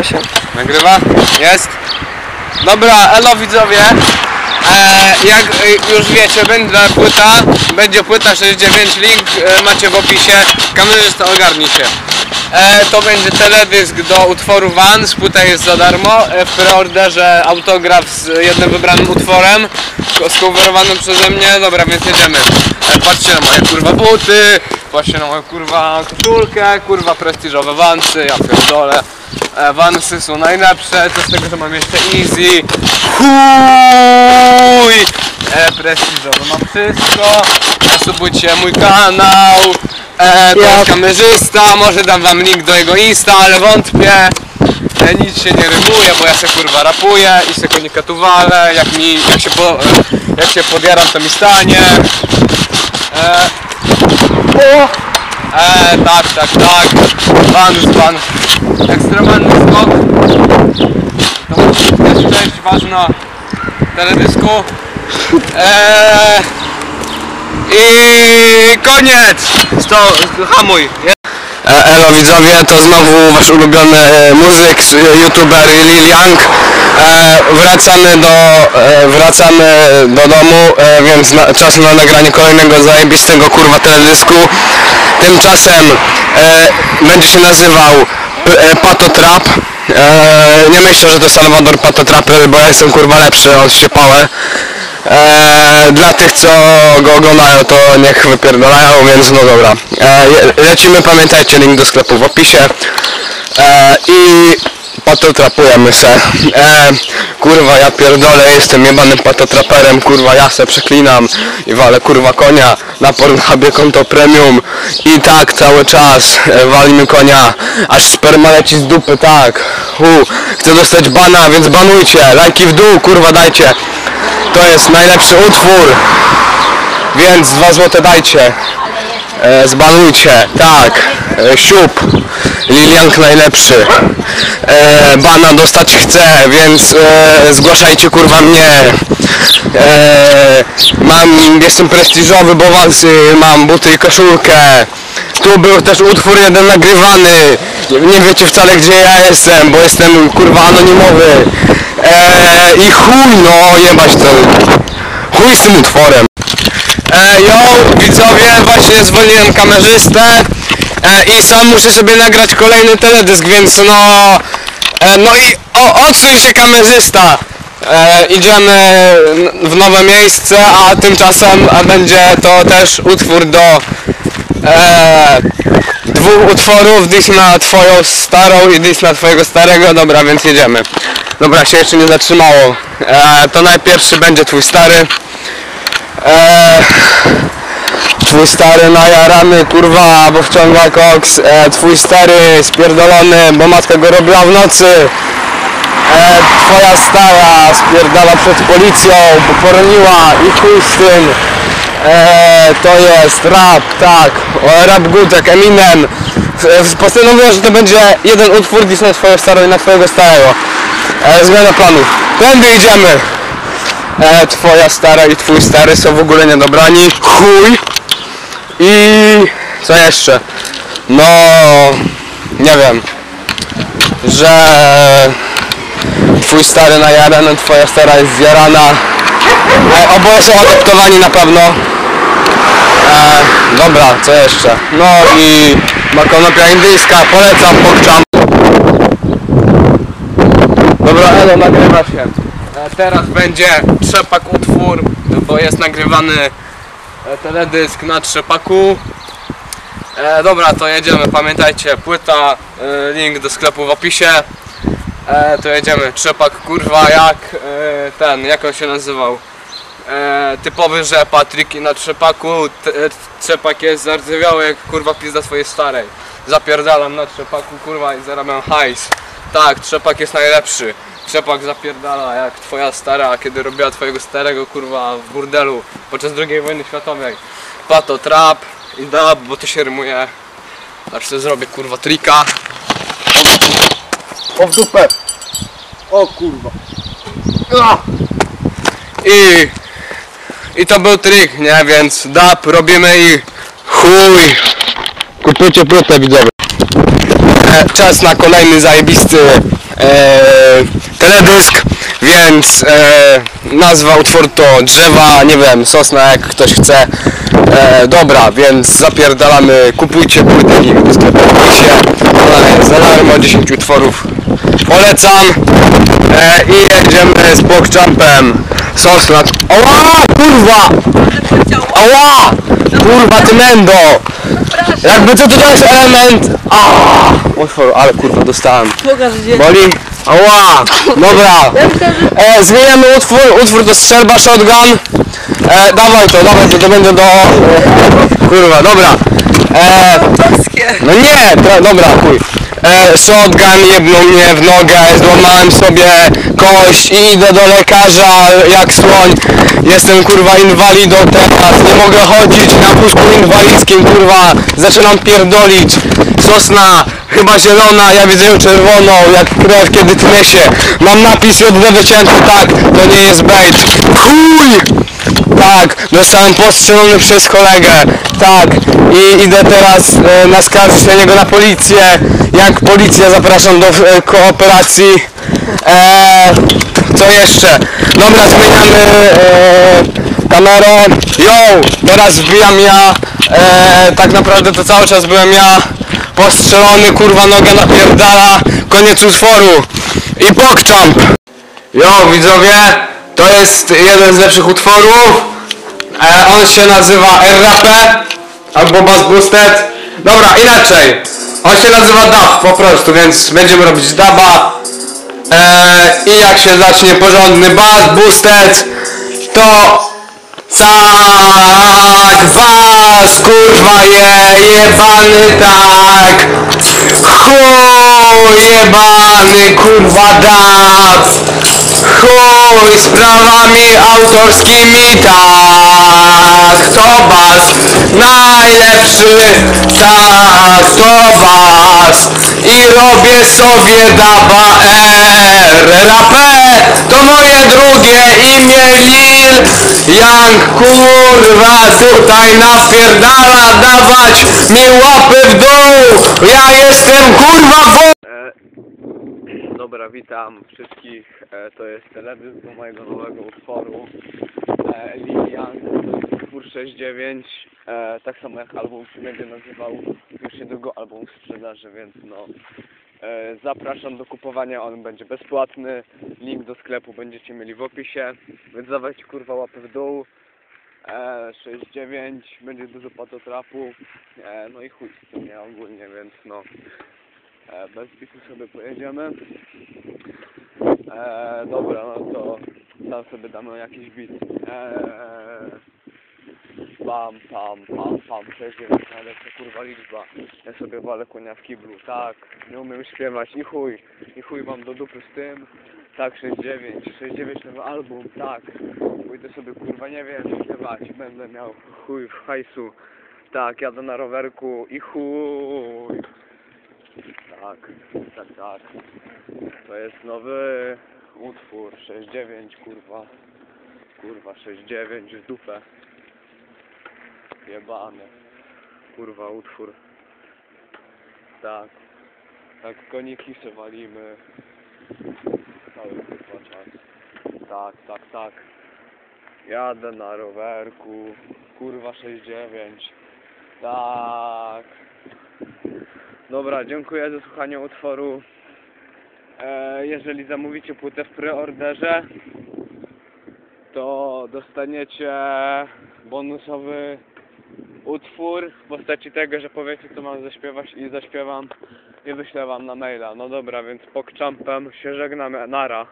się. Nagrywa? Jest? Dobra, elo widzowie. Jak już wiecie, będzie płyta 69, link macie w opisie. Kamerzysta, ogarnij się. To będzie teledysk do utworu Vans, płyta jest za darmo. W preorderze autograf z jednym wybranym utworem, skowerowanym przeze mnie. Dobra, więc jedziemy. Patrzcie na moje kurwa buty, patrzcie na moją kurwa koszulkę, kurwa prestiżowe Vansy, ja pierdolę. Vansy są najlepsze, co z tego, że mam jeszcze Easy. Chuj! Prestiżowe mam wszystko. Subujcie mój kanał. To jest kamerzysta, może dam wam link do jego Insta, ale wątpię. Nic się nie rymuje, bo ja se kurwa rapuję i se konikatu walę. Jak się podjaram, to mi stanie. Tak. Vans. Ekstremalny skok. To jest część ważna teledysku. I koniec! Hamuj! Elo widzowie, to znowu wasz ulubiony muzyk, youtuber Lil Young. Wracamy do domu, więc czas na nagranie kolejnego zajebistego kurwa teledysku. Tymczasem będzie się nazywał Pato Trap. Nie myślę, że to Salvador Pato Trap, bo ja jestem kurwa lepszy, on się pałę. Dla tych, co go oglądają, to niech wypierdolają, więc no dobra. Lecimy, pamiętajcie, link do sklepu w opisie. I patotrapujemy se. Kurwa, ja pierdolę, jestem jebanym patotraperem, kurwa, ja se przeklinam i walę kurwa konia na Pornhubie konto premium i tak cały czas walimy konia, aż sperma leci z dupy, tak. Chcę dostać bana, więc banujcie, lajki w dół, kurwa, dajcie. To jest najlepszy utwór, więc 2 złote dajcie. Zbanujcie, tak. Siup. Lil Young najlepszy. Bana dostać chcę, więc zgłaszajcie kurwa mnie. Jestem prestiżowy, bo mam buty i koszulkę. Tu był też utwór jeden nagrywany. Nie wiecie wcale, gdzie ja jestem, bo jestem kurwa anonimowy. I chuj, no jebać to. Chuj z tym utworem. Widzowie, właśnie zwolniłem kamerzystę i sam muszę sobie nagrać kolejny teledysk, więc no i odsuń się kamerzysta. Idziemy w nowe miejsce, a tymczasem będzie to też utwór do 2 utworów, diss na twoją starą i diss na twojego starego. Dobra, więc jedziemy. Dobra, się jeszcze nie zatrzymało. To najpierwszy będzie twój stary. Twój stary najarany, kurwa, bo wciąga koks. Twój stary spierdolony, bo matka go robiła w nocy. Twoja stara spierdala przed policją, bo poroniła i chuj z tym. To jest rap, tak, rap good jak Eminem. Postanowiłem, że to będzie jeden utwór diss na swoją starą i na twojego starego. Zmiana planów. Tędy idziemy. Twoja stara i twój stary są w ogóle niedobrani. Chuj. I co jeszcze? No nie wiem, że twój stary najarany, twoja stara jest zjarana. Oboje są adoptowani na pewno. Dobra, co jeszcze? No i konopia indyjska, polecam, pokczam. Dobra, elo, nagrywa się. Teraz będzie trzepak utwór, bo jest nagrywany teledysk na trzepaku. Dobra, to jedziemy, pamiętajcie, płyta, link do sklepu w opisie. To jedziemy, trzepak kurwa jak on się nazywał? Typowy rzepa, triki na trzepaku. Trzepak jest zardzewiały jak kurwa pizda swojej starej. Zapierdalam na trzepaku kurwa i zarabiam hajs. Tak, trzepak jest najlepszy. Trzepak zapierdala jak twoja stara, kiedy robiła twojego starego kurwa w burdelu podczas II wojny światowej. Pato trap i dub, bo to się rymuje. Aż sobie zrobię kurwa trika. O w dupę. O kurwa. I to był trik, nie? Więc dub robimy i chuj. Kupujcie płytę widzowie. Czas na kolejny zajebisty teledysk, więc nazwa utworu to Drzewa, nie wiem, Sosna, jak ktoś chce. Dobra, więc zapierdalamy, kupujcie płytę, link do sklepu, ona jest za darmo, 10 utworów, polecam. I jedziemy z PogChampem. Sosna. Oła, kurwa! Oła! Kurwa, ty mendo! Jakby co to jest element? Ale kurwa dostałem. Boli? Oła! Dobra. Zmieniamy utwór do Strzelba Shotgun. Dawaj to będzie do... kurwa, dobra. No nie, dobra, chuj. Shotgun jebnął mnie w nogę, złamałem sobie kość i idę do lekarza jak słoń. Jestem kurwa inwalidą teraz, nie mogę chodzić na wózku inwalidzkim, kurwa, zaczynam pierdolić. Sosna chyba zielona, ja widzę ją czerwoną, jak krew kiedy tnie się. Mam napis JD wycięty, tak, to nie jest bait. Chuj! Tak, zostałem postrzelony przez kolegę, tak, i idę teraz naskarżyć na niego na policję. Jak policja, zapraszam do kooperacji. Co jeszcze? Dobra, zmieniamy kamerę. Teraz wbijam ja, tak naprawdę to cały czas byłem ja. Postrzelony, kurwa, nogę napierdala, koniec utworu. I PogChamp. Widzowie, to jest jeden z lepszych utworów. On się nazywa RAP albo Bass Boosted. Dobra, inaczej. On się nazywa dub po prostu, więc będziemy robić duba. I jak się zacznie porządny Bass Boosted, to tak was kurwa jebany tak. Chuj jebany kurwa dub. Chuj sprawami autorskimi, tak, to bas, najlepszy, tak, to bas. I robię sobie daba RAP, to moje drugie imię Lil Young, kurwa, tutaj napierdala dawać mi łapy w dół, ja jestem kurwa Dobra, witam wszystkich, to jest teledysk do mojego nowego utworu Lil Young, utwór 6-9, tak samo jak album się będzie nazywał, już niedługo album w sprzedaży, więc no zapraszam do kupowania, on będzie bezpłatny, link do sklepu będziecie mieli w opisie, więc dawajcie kurwa łapy w dół. 6-9, będzie dużo patotrapu, no i chuj z tym, nie, ogólnie, więc no bez bitu sobie pojedziemy. Dobra, no to tam sobie damy jakiś bit. Pam, 6-9, ale to kurwa liczba. Ja sobie walę konia w kiblu, tak, nie umiem śpiewać i chuj wam do dupy z tym. Tak, 6-9 nowy album, tak, pójdę sobie kurwa, nie wiem, śpiewać, będę miał chuj w hajsu. Tak, jadę na rowerku i chuj. Tak. To jest nowy utwór 6-9, kurwa 6-9 w dupę. Jebany. Kurwa utwór. Tak, koniki se walimy. Cały kurwa czas. Tak. Jadę na rowerku. Kurwa 6-9. Tak. Dobra, dziękuję za słuchanie utworu. Jeżeli zamówicie płytę w preorderze, to dostaniecie bonusowy utwór w postaci tego, że powiecie co mam zaśpiewać i zaśpiewam i wyślę wam na maila. No dobra, więc PogChampem się żegnamy, nara.